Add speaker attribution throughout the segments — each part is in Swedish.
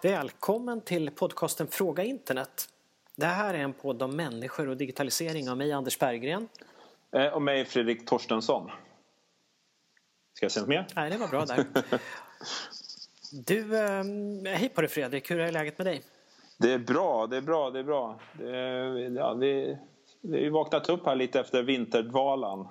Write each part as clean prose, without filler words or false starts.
Speaker 1: Välkommen till podcasten Fråga Internet. Det här är en podd om människor och digitalisering av mig, Anders Berggren.
Speaker 2: Och mig, Fredrik Torstensson. Ska jag säga något mer?
Speaker 1: Nej, det var bra där. Du, hej på dig Fredrik, hur är läget med dig?
Speaker 2: Det är bra. Vi har vaknat upp här lite efter vinterdvalan.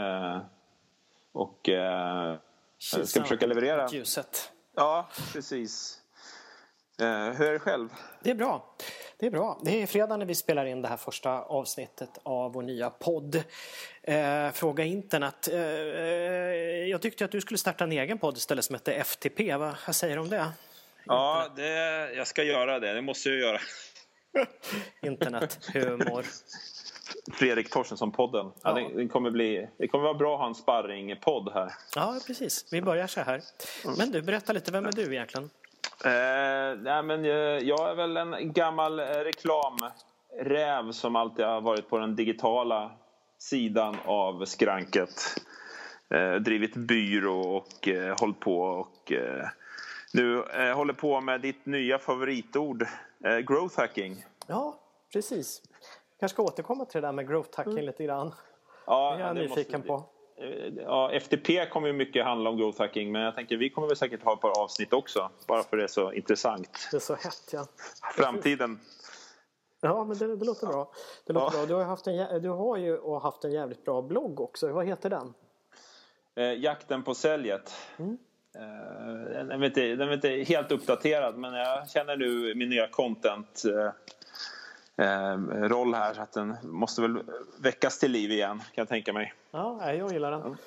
Speaker 2: Och ska försöka leverera.
Speaker 1: Ljuset.
Speaker 2: Ja, precis. Hur är det själv?
Speaker 1: Det är bra. Det är fredag när vi spelar in det här första avsnittet av vår nya podd. Fråga Internet. Jag tyckte att du skulle starta en egen podd istället som heter FTP. Vad säger du om det?
Speaker 2: Ja, jag ska göra det. Det måste jag göra.
Speaker 1: Internethumor.
Speaker 2: Fredrik Torstensson-podden. Ja, det kommer vara bra att ha en sparring-podd här.
Speaker 1: Ja, precis. Vi börjar så här. Men du, berätta lite, vem är du egentligen?
Speaker 2: Jag är väl en gammal reklamräv som alltid har varit på den digitala sidan av skranket. Drivit byrå och hållit på och nu håller på med ditt nya favoritord, growth hacking.
Speaker 1: Ja, precis. Jag ska återkomma till det där med growth hacking lite grann.
Speaker 2: Ja,
Speaker 1: det är jag nyfiken på.
Speaker 2: Ja, FTP kommer ju mycket handla om growth hacking, men jag tänker vi kommer väl säkert ha ett par avsnitt också, bara för det är så intressant.
Speaker 1: Det är så hett, ja.
Speaker 2: Framtiden.
Speaker 1: Ja, men det låter bra. Det låter bra. Du har ju haft en jävligt bra blogg också. Vad heter den?
Speaker 2: Jakten på säljet. Den är inte helt uppdaterad, men jag känner nu min nya content roll här, så att den måste väl väckas till liv igen, kan jag tänka mig.
Speaker 1: Ja, jag gillar den.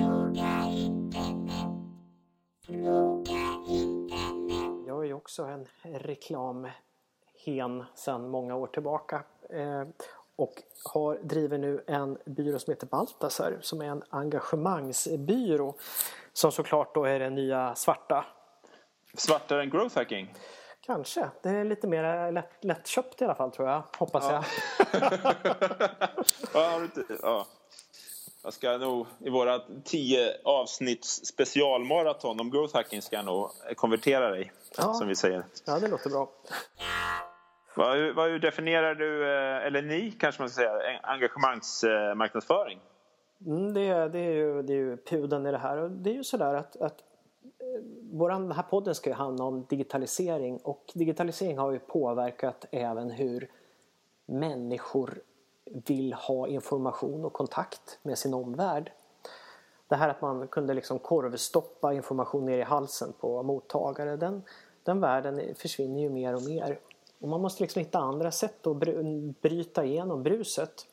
Speaker 1: Jag är ju också en reklamhen sedan många år tillbaka och driver nu en byrå som heter Baltasar, som är en engagemangsbyrå som såklart då är det nya svarta.
Speaker 2: Svartare än growth hacking?
Speaker 1: Kanske. Det är lite mer lättköpt i alla fall, tror jag. Hoppas jag.
Speaker 2: Ja. Jag ska nog i våra 10 avsnitts specialmaraton om growth hacking ska jag nog konvertera dig, som vi säger.
Speaker 1: Ja, det låter bra.
Speaker 2: Vad definierar du, eller ni kanske man ska säga, engagemangsmarknadsföring?
Speaker 1: Det är ju pudeln i det här. Och det är ju sådär att den här podden ska ju handla om digitalisering, och digitalisering har ju påverkat även hur människor vill ha information och kontakt med sin omvärld. Det här att man kunde liksom korvstoppa information ner i halsen på mottagare, den världen försvinner ju mer och mer. Och man måste liksom hitta andra sätt att bryta igenom bruset.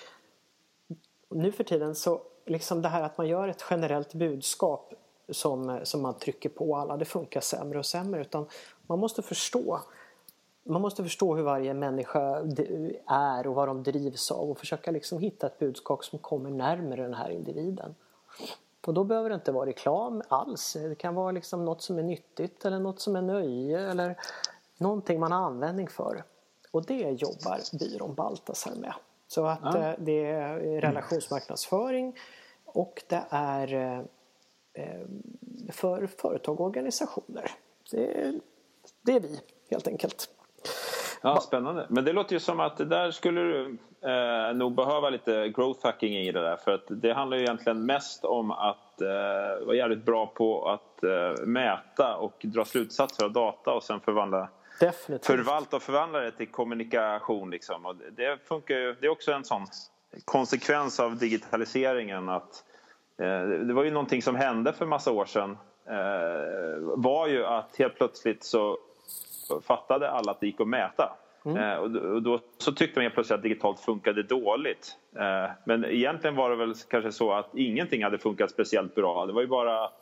Speaker 1: Nu för tiden så liksom det här att man gör ett generellt budskap som man trycker på alla, det funkar sämre och sämre, utan man måste förstå hur varje människa är och vad de drivs av, och försöka liksom hitta ett budskap som kommer närmare den här individen. Och då behöver det inte vara reklam alls. Det kan vara liksom något som är nyttigt eller något som är nöje eller någonting man har användning för. Och det jobbar byrån Baltasar med. Så att det är relationsmarknadsföring, och det är för företag och organisationer. Det är vi helt enkelt.
Speaker 2: Ja, spännande. Men det låter ju som att det där skulle du nog behöva lite growth hacking i det där. För att det handlar ju egentligen mest om att vara jävligt bra på att mäta och dra slutsatser av data och sen förvalta och förvandla det till kommunikation liksom. Och det funkar ju, det är också en sån konsekvens av digitaliseringen att det var ju någonting som hände för massa år sedan, var ju att helt plötsligt så fattade alla att det gick att mäta. Och då så tyckte man helt plötsligt att digitalt funkade dåligt. Men egentligen var det väl kanske så att ingenting hade funkat speciellt bra. Det var ju bara att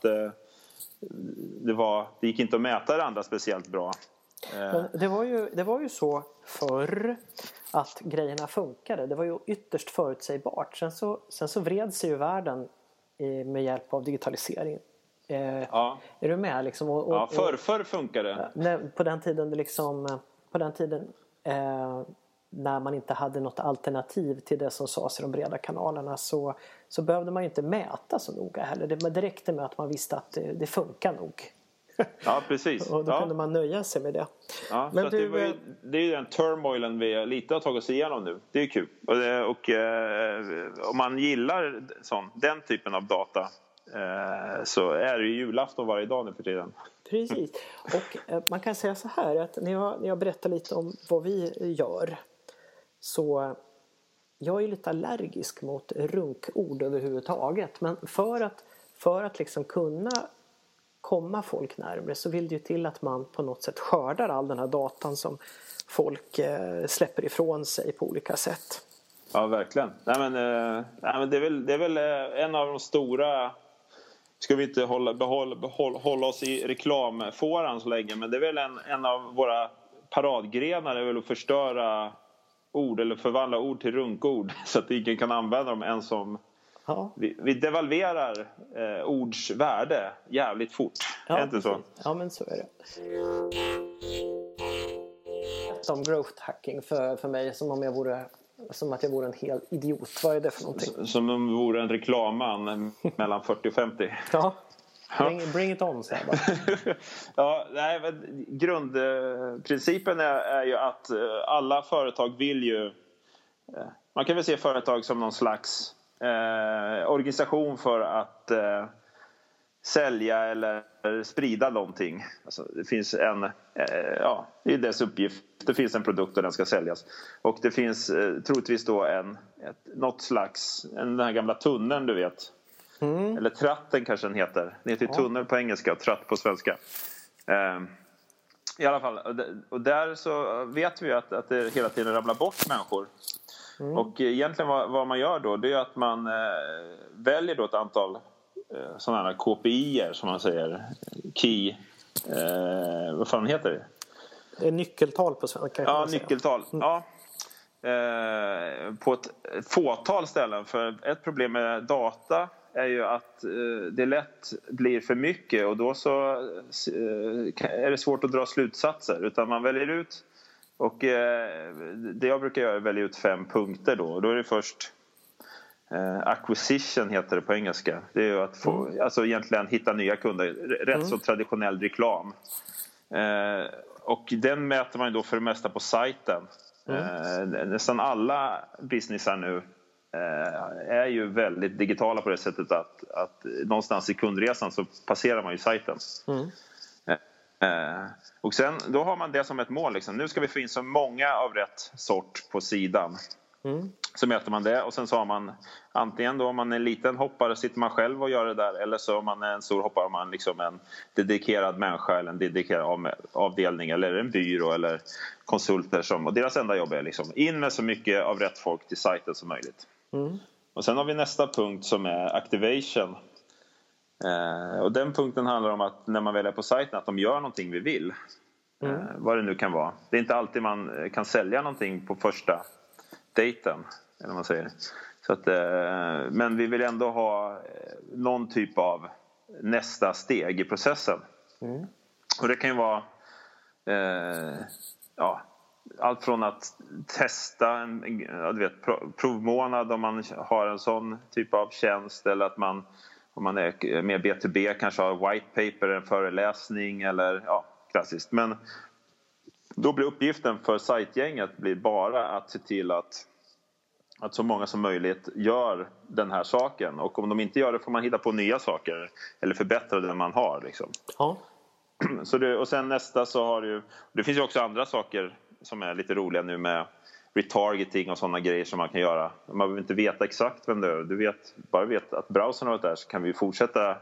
Speaker 2: det gick inte att mäta det andra speciellt bra.
Speaker 1: Men det var ju så förr att grejerna funkade. Det var ju ytterst förutsägbart. Sen så vred sig ju världen med hjälp av digitalisering. Är du med liksom?
Speaker 2: Förr funkade det.
Speaker 1: På den tiden när man inte hade något alternativ till det som sades i de breda kanalerna, så behövde man ju inte mäta så noga heller. Det räckte med att man visste att det funkar nog.
Speaker 2: Ja, precis.
Speaker 1: Och då kunde man nöja sig med det.
Speaker 2: Ja, men så det är ju den turmoilen vi lite har tagit oss igenom nu. Det är kul. Och om man gillar den typen av data så är det ju julafton varje dag nu för tiden.
Speaker 1: Precis. Och man kan säga så här att när jag berättar lite om vad vi gör, så jag är lite allergisk mot runkord överhuvudtaget. Men för att liksom kunna komma folk närmare så vill det ju till att man på något sätt skördar all den här datan som folk släpper ifrån sig på olika sätt.
Speaker 2: Ja, verkligen. Nej, men det är väl en av de stora... Ska vi inte hålla oss i reklamfåran så länge, men det är väl en av våra paradgrenar är väl att förstöra ord eller förvandla ord till runkord så att ingen kan använda dem ens som... Ja. Vi devalverar ords värde jävligt fort.
Speaker 1: Ja,
Speaker 2: är inte så?
Speaker 1: Ja, men så är det. Som growth hacking för mig som att jag vore en hel idiot. Vad är det för någonting?
Speaker 2: Som om vi vore en reklamman mellan 40 och 50.
Speaker 1: Ja. Bring it on, så här bara.
Speaker 2: Ja, nej, men grundprincipen är ju att alla företag vill ju... Man kan väl se företag som någon slags organisation för att sälja eller sprida någonting. Alltså, det finns det är dess uppgift. Det finns en produkt och den ska säljas. Och det finns troligtvis då något slags, den här gamla tunneln, du vet. Mm. Eller tratten kanske den heter. Det heter tunnel på engelska och tratt på svenska. I alla fall, och där så vet vi att det hela tiden ramlar bort människor. Mm. Och egentligen vad man gör då, det är att man väljer då ett antal sådana här KPI:er som man säger. Key, vad fan heter det?
Speaker 1: Det är nyckeltal på svenska.
Speaker 2: Ja, nyckeltal. Mm. Ja. På ett fåtal ställen. För ett problem med data är ju att det lätt blir för mycket och då så är det svårt att dra slutsatser. Utan man väljer ut, och det jag brukar göra är välja ut 5 punkter då. Och då är det först acquisition heter det på engelska. Det är ju att få, alltså egentligen hitta nya kunder. Rätt så traditionell reklam. Och den mäter man ju då för det mesta på sajten. Nästan alla businessar nu är ju väldigt digitala på det sättet att någonstans i kundresan så passerar man ju sajten. Och sen då har man det som ett mål liksom. Nu ska vi få in så många av rätt sort på sidan. Så mäter man det, och sen så har man antingen då om man är en liten hoppare sitter man själv och gör det där, eller så om man är en stor hoppare har man liksom en dedikerad människa eller en dedikerad avdelning eller en byrå eller konsulter och deras enda jobb är liksom in med så mycket av rätt folk till sajten som möjligt. Och sen har vi nästa punkt som är activation. Och den punkten handlar om att när man väljer på sajten att de gör någonting vi vill. Vad det nu kan vara. Det är inte alltid man kan sälja någonting på första daten, eller vad man säger. Så att, men vi vill ändå ha någon typ av nästa steg i processen. Och det kan ju vara allt från att testa en provmånad om man har en sån typ av tjänst, eller att man om man är mer B2B kanske har white paper, en föreläsning eller klassiskt. Men då blir uppgiften för sajtgänget blir bara att se till att så många som möjligt gör den här saken. Och om de inte gör det får man hitta på nya saker eller förbättra det man har. Liksom. Ja. Och sen nästa så har det finns ju också andra saker som är lite roliga nu med retargeting och sådana grejer som man kan göra. Man behöver inte veta exakt vem det är. Du bara vet att browsern har det där, så kan vi fortsätta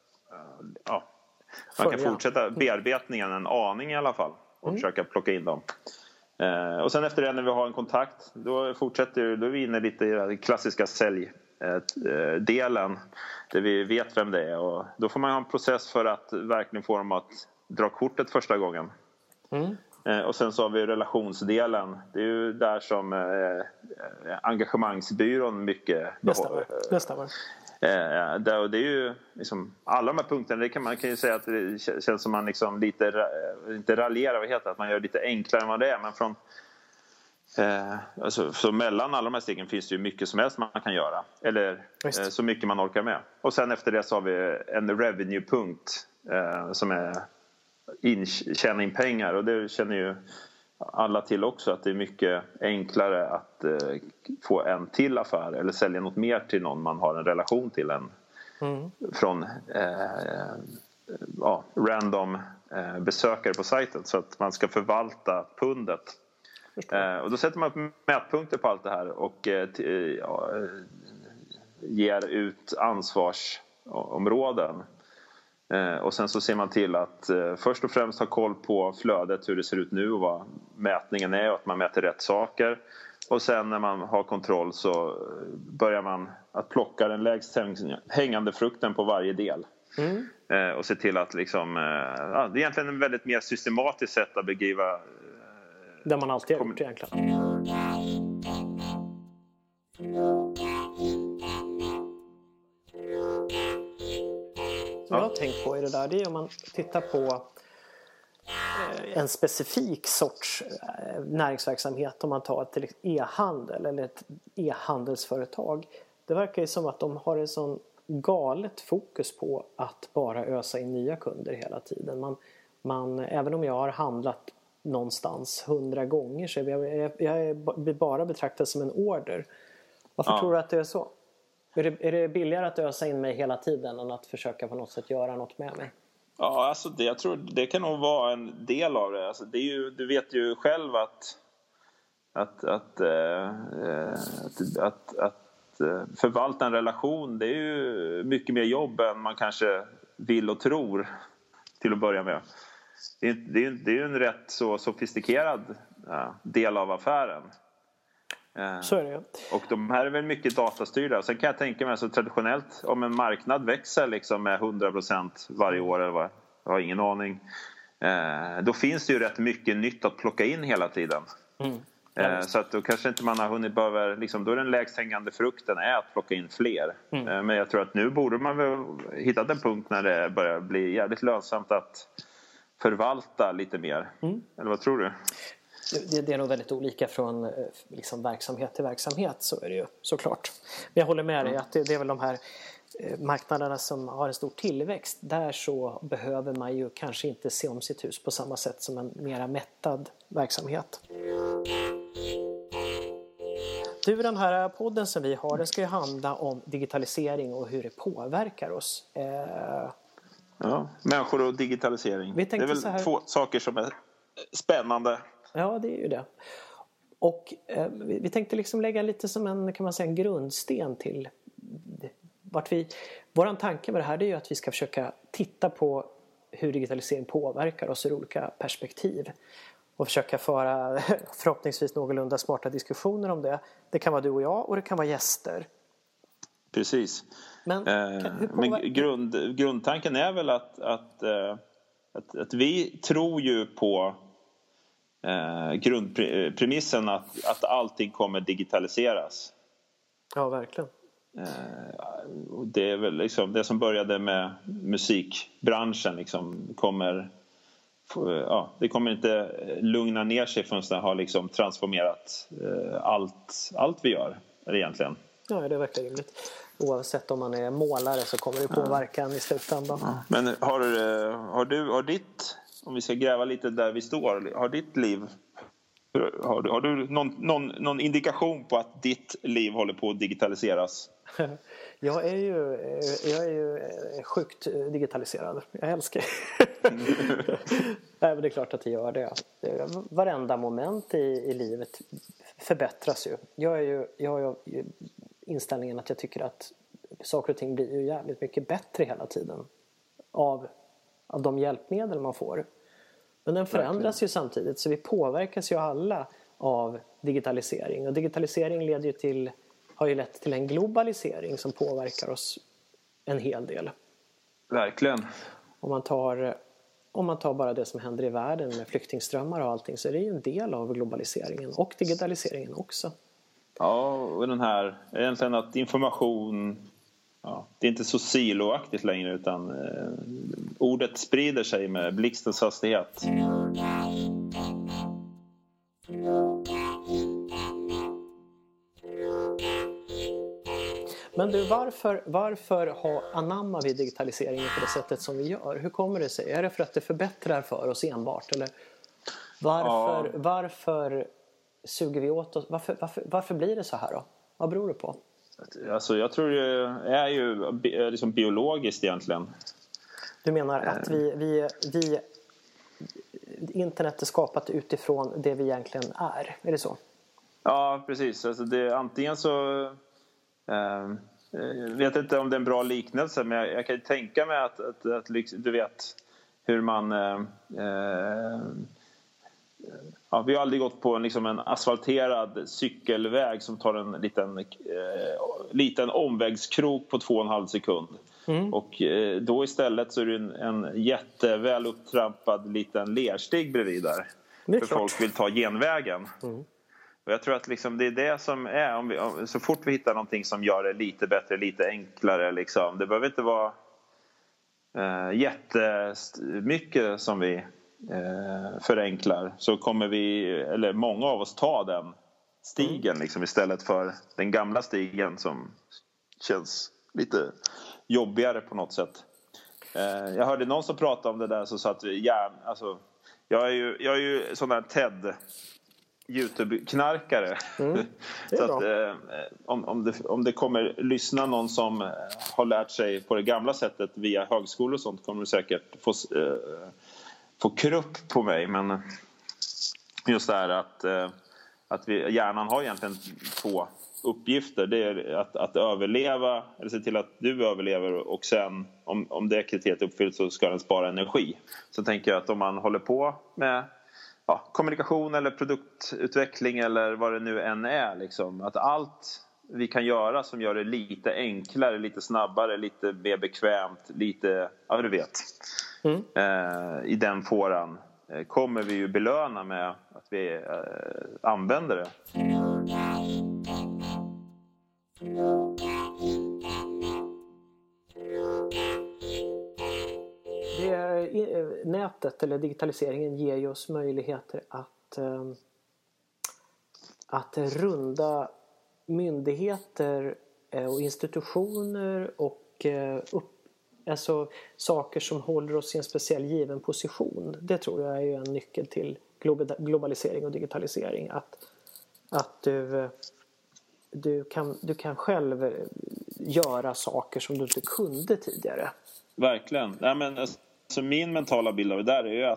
Speaker 2: man kan fortsätta bearbetningen en aning i alla fall. Och försöka plocka in dem. Och sen efter det när vi har en kontakt, då är vi inne lite i den klassiska säljdelen. Där vi vet vem det är. Och då får man ha en process för att verkligen få dem att dra kortet första gången. Och sen så har vi relationsdelen. Det är ju där som engagemangsbyrån mycket
Speaker 1: Nästa.
Speaker 2: Det är ju liksom, alla de här punkterna, man kan ju säga att det känns som man liksom lite, inte raljerar, vad heter det, att man gör det lite enklare än vad det är, men från så mellan alla de här stegen finns det ju mycket som helst man kan göra, eller så mycket man orkar med. Och sen efter det så har vi en revenue-punkt som är tjäna in pengar. Och det känner ju alla till också, att det är mycket enklare att få en till affär eller sälja något mer till någon man har en relation till än från random besökare på sajten. Så att man ska förvalta pundet. Och då sätter man upp mätpunkter på allt det här och ger ut ansvarsområden. Och sen så ser man till att först och främst ha koll på flödet, hur det ser ut nu och vad mätningen är och att man mäter rätt saker. Och sen när man har kontroll så börjar man att plocka den lägst hängande frukten på varje del. Och se till att liksom, det är egentligen en väldigt mer systematiskt sätt att bedriva.
Speaker 1: Det man alltid har gjort egentligen. Som jag har tänkt på i det där, det är om man tittar på en specifik sorts näringsverksamhet, om man tar till e-handel eller ett e-handelsföretag. Det verkar ju som att de har en sån galet fokus på att bara ösa in nya kunder hela tiden. Även om jag har handlat någonstans 100 gånger så jag blir bara betraktad som en order. Varför tror du att det är så? Är det billigare att ösa in mig hela tiden än att försöka på något sätt göra något med mig?
Speaker 2: Ja, alltså jag tror det kan nog vara en del av det. Alltså det är ju, du vet ju själv att förvalta en relation, det är ju mycket mer jobb än man kanske vill och tror till att börja med. Det är ju en rätt så sofistikerad del av affären.
Speaker 1: Så är det ju.
Speaker 2: Och de här är väl mycket datastyrda. Sen kan jag tänka mig så traditionellt, om en marknad växer liksom med 100% varje år eller vad, jag har ingen aning. Då finns det ju rätt mycket nytt att plocka in hela tiden. Så att då kanske inte man har hunnit behöver, liksom, då är den lägst hängande frukten är att plocka in fler. Men jag tror att nu borde man väl hitta en punkt när det börjar bli jävligt lönsamt att förvalta lite mer. Eller vad tror du?
Speaker 1: Det är nog väldigt olika från liksom verksamhet till verksamhet, så är det ju såklart. Men jag håller med dig att det är väl de här marknaderna som har en stor tillväxt. Där så behöver man ju kanske inte se om sitt hus på samma sätt som en mera mättad verksamhet. Du, den här podden som vi har, den ska ju handla om digitalisering och hur det påverkar oss.
Speaker 2: Ja, människor och digitalisering. Det är väl två saker som är spännande.
Speaker 1: Ja, det är ju det. Och vi tänkte liksom lägga lite som en, kan man säga, en grundsten till våran tanke med det här, det är ju att vi ska försöka titta på hur digitalisering påverkar oss ur olika perspektiv. Och försöka föra förhoppningsvis någorlunda smarta diskussioner om det. Det kan vara du och jag och det kan vara gäster.
Speaker 2: Precis. Men grundtanken är väl att vi tror ju på grundpremissen att allting kommer digitaliseras.
Speaker 1: Ja, verkligen.
Speaker 2: Det är väl liksom det som började med musikbranschen liksom det kommer inte lugna ner sig förrän det har liksom transformerat allt vi gör egentligen.
Speaker 1: Ja, det är verkligen rimligt. Oavsett om man är målare så kommer det påverka en i slutändan.
Speaker 2: Ja. Men har ditt, om vi ska gräva lite där vi står, har ditt liv, har du någon indikation på att ditt liv håller på att digitaliseras?
Speaker 1: Jag är ju sjukt digitaliserad. Jag älskar Nej, men det är klart att jag gör det. Varenda moment i livet förbättras ju. Jag har ju inställningen att jag tycker att saker och ting blir ju jävligt mycket bättre hela tiden av de hjälpmedel man får. Men den förändras ju samtidigt, så vi påverkas ju alla av digitalisering. Och digitalisering har ju lett till en globalisering som påverkar oss en hel del.
Speaker 2: Verkligen.
Speaker 1: Om man tar bara det som händer i världen med flyktingströmmar och allting, så är det ju en del av globaliseringen och digitaliseringen också.
Speaker 2: Ja, och den här egentligen att information, det är inte så siloaktigt längre, utan ordet sprider sig med blixtens hastighet.
Speaker 1: Men du, varför anammar vi digitaliseringen på det sättet som vi gör? Hur kommer det sig? Är det för att det förbättrar för oss enbart? Eller varför suger vi åt oss? Varför blir det så här då? Vad beror det på?
Speaker 2: Alltså, jag tror det är ju liksom biologiskt egentligen.
Speaker 1: Du menar att vi internet är skapat utifrån det vi egentligen är? Är det så?
Speaker 2: Ja, precis. Alltså antingen så... jag vet inte om det är en bra liknelse, men jag kan tänka mig att du vet hur man... vi har aldrig gått på en asfalterad cykelväg som tar en liten omvägskrok på 2,5 sekund. Och då istället så är det en jätteväl upptrampad liten lerstig bredvid där. För folk vill ta genvägen. Och jag tror att det är det som är, så fort vi hittar någonting som gör det lite bättre, lite enklare det behöver inte vara jättemycket som vi förenklar, så kommer eller många av oss ta den stigen istället för den gamla stigen som känns lite jobbigare på något sätt. Jag hörde någon som pratade om det där, så att jag är ju sån där TED YouTube-knarkare. Så att, om det kommer lyssna någon som har lärt sig på det gamla sättet via högskolor och sånt, kommer du säkert få krupp på mig. Men just det här att hjärnan har egentligen 2 uppgifter. Det är att överleva, eller se till att du överlever, och sen om det kriteriet uppfylls så ska den spara energi. Så tänker jag att om man håller på med kommunikation eller produktutveckling eller vad det nu än är, att allt vi kan göra som gör det lite enklare, lite snabbare, lite mer bekvämt, lite, du vet, i den fåran kommer vi ju belöna med att vi använder det.
Speaker 1: Nätet eller digitaliseringen ger ju oss möjligheter att runda myndigheter och institutioner och alltså saker som håller oss i en speciell given position. Det tror jag är ju en nyckel till globalisering och digitalisering. Att du kan själv göra saker som du inte kunde tidigare.
Speaker 2: Verkligen. Nej, men alltså min mentala bild av det där är ju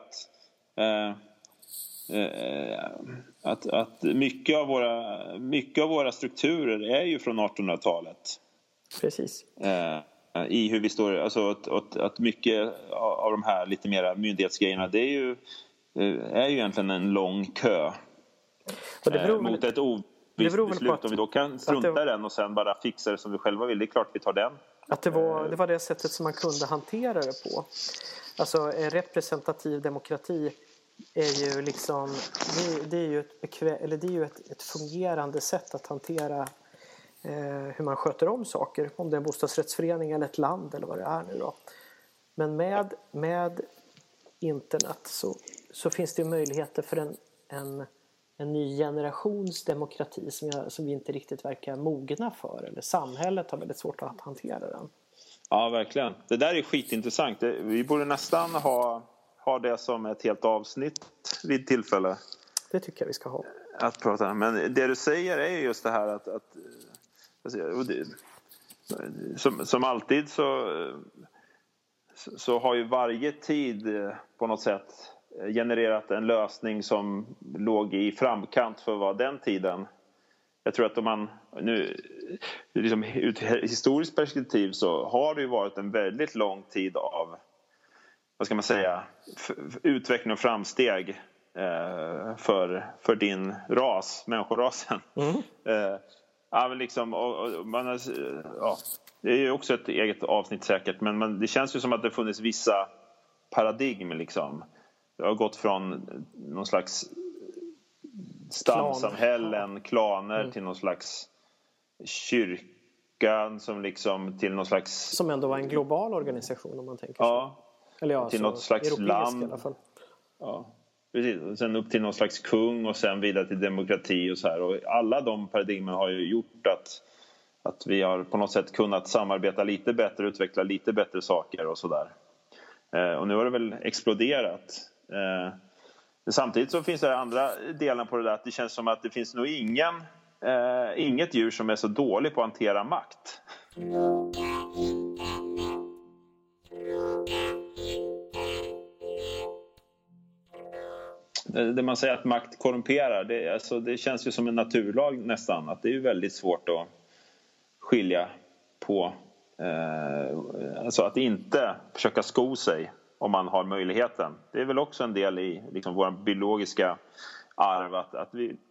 Speaker 2: att mycket av våra strukturer är ju från 1800-talet.
Speaker 1: Precis.
Speaker 2: I hur vi står, alltså att mycket av de här lite mera myndighetsgrejerna, det är ju egentligen en lång kö mot ett ovisst beslut. Om vi då kan strunta den och sen bara fixa det som vi själva vill, det är klart vi tar den.
Speaker 1: Att det var det sättet som man kunde hantera det på. Alltså en representativ demokrati är ju det är ju ett fungerande sätt att hantera hur man sköter om saker, om det är en bostadsrättsförening eller ett land eller vad det är nu då. Men med internet så finns det möjligheter för en ny generations demokrati som vi inte riktigt verkar mogna för, eller samhället har väldigt svårt att hantera den.
Speaker 2: Ja, verkligen. Det där är skitintressant. Vi borde nästan ha det som ett helt avsnitt vid tillfälle.
Speaker 1: Det tycker jag vi ska ha.
Speaker 2: Att prata. Men det du säger är just det här att som alltid så har ju varje tid på något sätt genererat en lösning som låg i framkant för vad den tiden. Jag tror att om man nu liksom, ur ett historiskt perspektiv så har det ju varit en väldigt lång tid av, vad ska man säga, utveckling och framsteg för din ras, människorasen. Men liksom, det är ju också ett eget avsnitt säkert, men det känns ju som att det funnits vissa paradigm liksom. Det har gått från någon slags stamsamhällen, klaner till någon slags kyrkan som liksom till någon slags... Som
Speaker 1: ändå var en global organisation om man tänker så.
Speaker 2: Ja, eller till något slags land.
Speaker 1: I alla fall.
Speaker 2: Ja, precis. Och sen upp till någon slags kung och sen vidare till demokrati och så här. Och alla de paradigmen har ju gjort att vi har på något sätt kunnat samarbeta lite bättre, utveckla lite bättre saker och sådär. Och nu har det väl exploderat. Samtidigt så finns det andra delar på det där, att det känns som att det finns nog inget djur som är så dålig på att hantera makt. Det man säger att makt korrumperar, det känns ju som en naturlag nästan. Att det är ju väldigt svårt att skilja på. Alltså att inte försöka sko sig om man har möjligheten. Det är väl också en del i liksom vår biologiska arv. Att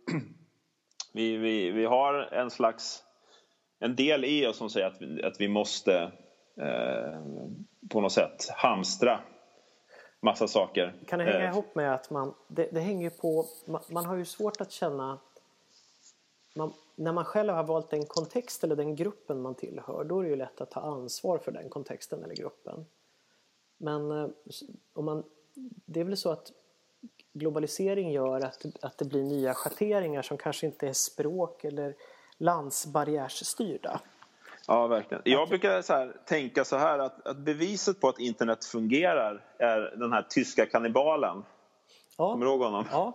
Speaker 2: vi har en del i oss som säger att vi måste på något sätt hamstra massa saker.
Speaker 1: Kan det hänga ihop med att det hänger på, man har ju svårt att känna, när man själv har valt den kontext eller den gruppen man tillhör, då är det ju lätt att ta ansvar för den kontexten eller gruppen. Men det är väl så att globalisering gör att det blir nya schatteringar som kanske inte är språk eller landsbarriärsstyrda.
Speaker 2: Ja, verkligen. Jag brukar tänka så här att beviset på att internet fungerar är den här tyska kannibalen. Ja. Kommer du ihåg honom?
Speaker 1: Ja.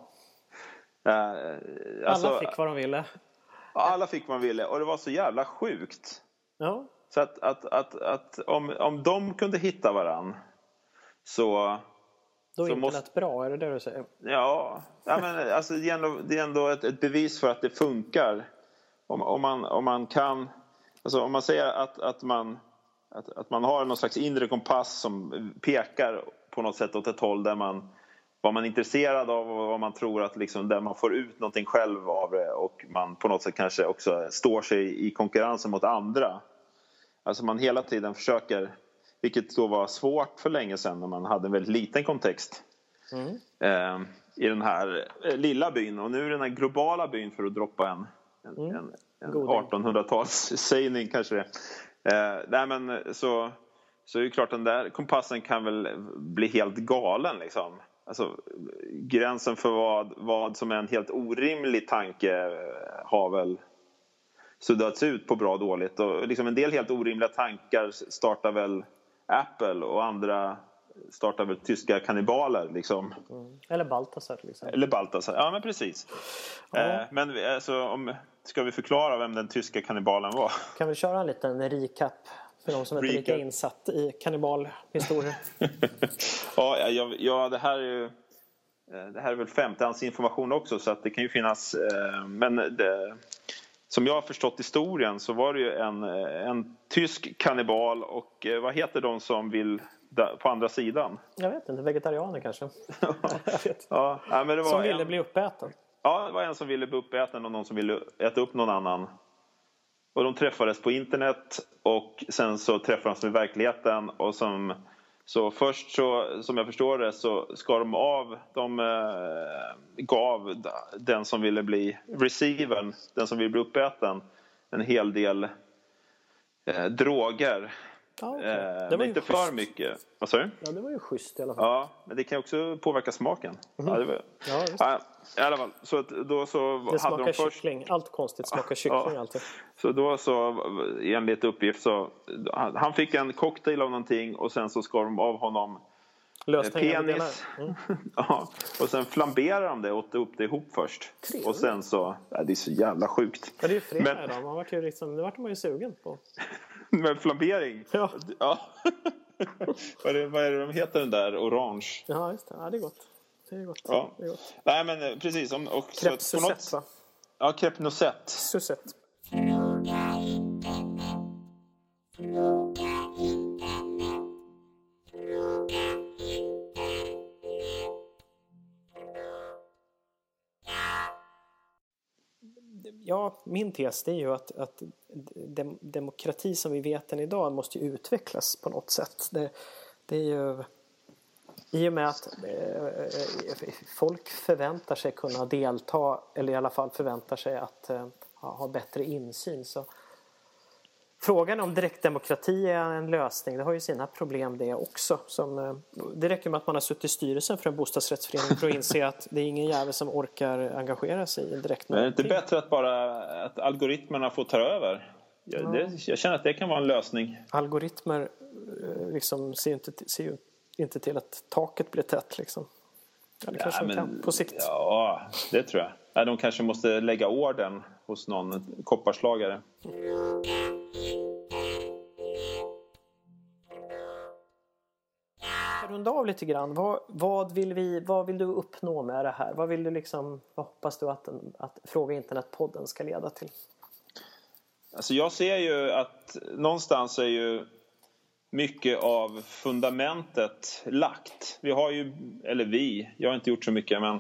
Speaker 1: Alla fick vad de ville.
Speaker 2: Alla fick vad de ville och det var så jävla sjukt.
Speaker 1: Ja.
Speaker 2: Så att om de kunde hitta varann så...
Speaker 1: Då är internet bra, är det du säger?
Speaker 2: Ja, men alltså det är ändå ett bevis för att det funkar. Om man kan... Alltså om man säger att man har någon slags inre kompass som pekar på något sätt åt ett håll där vad man är intresserad av och vad man tror att liksom, där man får ut någonting själv av det och man på något sätt kanske också står sig i konkurrensen mot andra. Alltså man hela tiden försöker, vilket då var svårt för länge sedan när man hade en väldigt liten kontext i den här lilla byn. Och nu är den här globala byn, för att droppa en 1800-talssägning kanske det. Nej men så är det klart, den där kompassen kan väl bli helt galen liksom. Alltså gränsen för vad som är en helt orimlig tanke har väl suddats ut på bra och dåligt. Och liksom en del helt orimliga tankar startar väl Apple och andra startar väl tyska kannibaler liksom.
Speaker 1: Eller Baltasar liksom.
Speaker 2: Eller Baltasar, ja men precis. Men alltså, ska vi förklara vem den tyska kannibalen var? Kan
Speaker 1: vi köra en liten recap för de som inte är lika insatt i kannibalhistorien?
Speaker 2: Ja, det här är väl femtehandsinformation också, så att det kan ju finnas, men som jag har förstått historien så var det ju en tysk kannibal, och vad heter de som vill på andra sidan?
Speaker 1: Jag vet inte, vegetarianer kanske. Jag vet.
Speaker 2: Ja, men det var
Speaker 1: som ville bli uppäten.
Speaker 2: Ja, det var en som ville bli uppäten och någon som ville äta upp någon annan. Och de träffades på internet och sen så träffades de i verkligheten. Och så först så, som jag förstår det, så skar de av, gav den som ville bli receivern, den som ville bli uppäten, en hel del droger.
Speaker 1: Ja, okay. Det var
Speaker 2: inte
Speaker 1: ju
Speaker 2: för mycket. Vad sa du?
Speaker 1: Ja, det var ju schysst i alla fall.
Speaker 2: Ja, men det kan också påverka smaken. Ja, det var... i alla fall. Så då så
Speaker 1: det hade de först... kyckling. Allt konstigt smakar kyckling alltid.
Speaker 2: Så då så, enligt uppgift, så han fick en cocktail av någonting och sen så skar de av honom penis. Ja, och sen flamberade de det och åt upp det ihop först. Trevligt. Och sen så, det är så jävla sjukt.
Speaker 1: Ja, det är ju fredag idag. Man var ju liksom, det vart man ju sugen på.
Speaker 2: Med flambering?
Speaker 1: Ja.
Speaker 2: Vad är det de heter, den där orange?
Speaker 1: Ja, just det. Ja, det är gott. Det är gott.
Speaker 2: Ja.
Speaker 1: Det är gott.
Speaker 2: Nej, men precis.
Speaker 1: Crêpe Suzette, va?
Speaker 2: Ja, Crêpe Nocette.
Speaker 1: Suzette. Ja, min tes det är ju att demokrati som vi vet den idag måste ju utvecklas på något sätt. Det är ju i och med att folk förväntar sig kunna delta, eller i alla fall förväntar sig att ha bättre insyn. Så frågan om direktdemokrati är en lösning. Det har ju sina problem det också. Det räcker med att man har suttit i styrelsen för en bostadsrättsförening för att inse att det är ingen jävel som orkar engagera sig i en direkt.
Speaker 2: Men är det inte bättre att algoritmerna får ta över? Jag känner att det kan vara en lösning.
Speaker 1: Algoritmer liksom ser ju inte till att taket blir tätt liksom. Eller kanske de kan på sikt.
Speaker 2: Ja, det tror jag. Ja, de kanske måste lägga orden hos någon kopparslagare.
Speaker 1: Runda av lite grann. Vad vill du uppnå med det här? Vad hoppas du att Fråga Internet-podden ska leda till?
Speaker 2: Alltså jag ser ju att någonstans är ju mycket av fundamentet lagt. Jag har inte gjort så mycket, men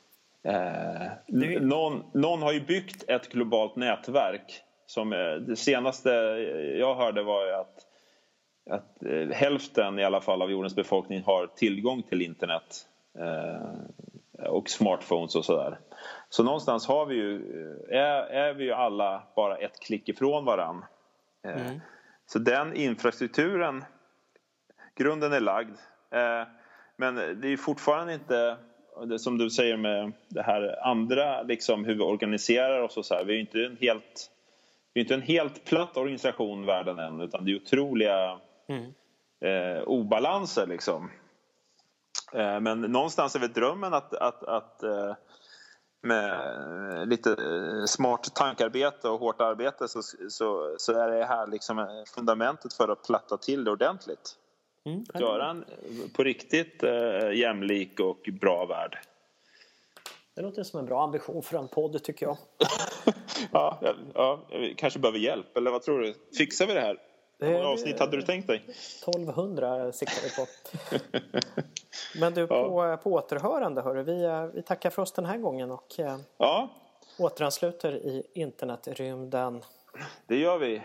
Speaker 2: någon har ju byggt ett globalt nätverk. Som det senaste jag hörde var ju att hälften i alla fall av jordens befolkning har tillgång till internet och smartphones och sådär. Så någonstans har vi är vi ju alla bara ett klick ifrån varann. Så den infrastrukturen, grunden är lagd. Men det är fortfarande inte, det som du säger med det här andra, liksom hur vi organiserar oss och så här. Vi är inte en helt platt organisation världen än, utan det är otroliga obalanser liksom. Men någonstans är väl drömmen att med lite smart tankarbete och hårt arbete så är det här liksom fundamentet för att platta till det ordentligt. Att göra en på riktigt jämlik och bra värld.
Speaker 1: Det låter som en bra ambition för en podd, tycker jag.
Speaker 2: ja, vi kanske behöver hjälp, eller vad tror du? Fixar vi det här? Hur många avsnitt hade du tänkt dig? 1200
Speaker 1: siktar vi på. Men du, på återhörande, hörru. Vi tackar för oss den här gången och återansluter i internetrymden.
Speaker 2: Det gör vi.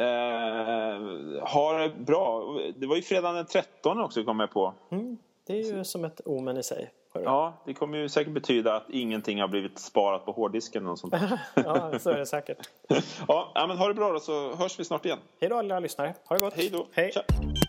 Speaker 2: Ha det bra. Det var ju fredagen den 13 också, kom jag på.
Speaker 1: Det är ju som ett omen i sig.
Speaker 2: Ja, det kommer ju säkert betyda att ingenting har blivit sparat på hårddisken och sånt.
Speaker 1: Ja, så är det säkert.
Speaker 2: Ja, men ha det bra då, så hörs vi snart igen.
Speaker 1: Hej då alla lyssnare. Ha det gott.
Speaker 2: Hej då.
Speaker 1: Hej.
Speaker 2: Tja.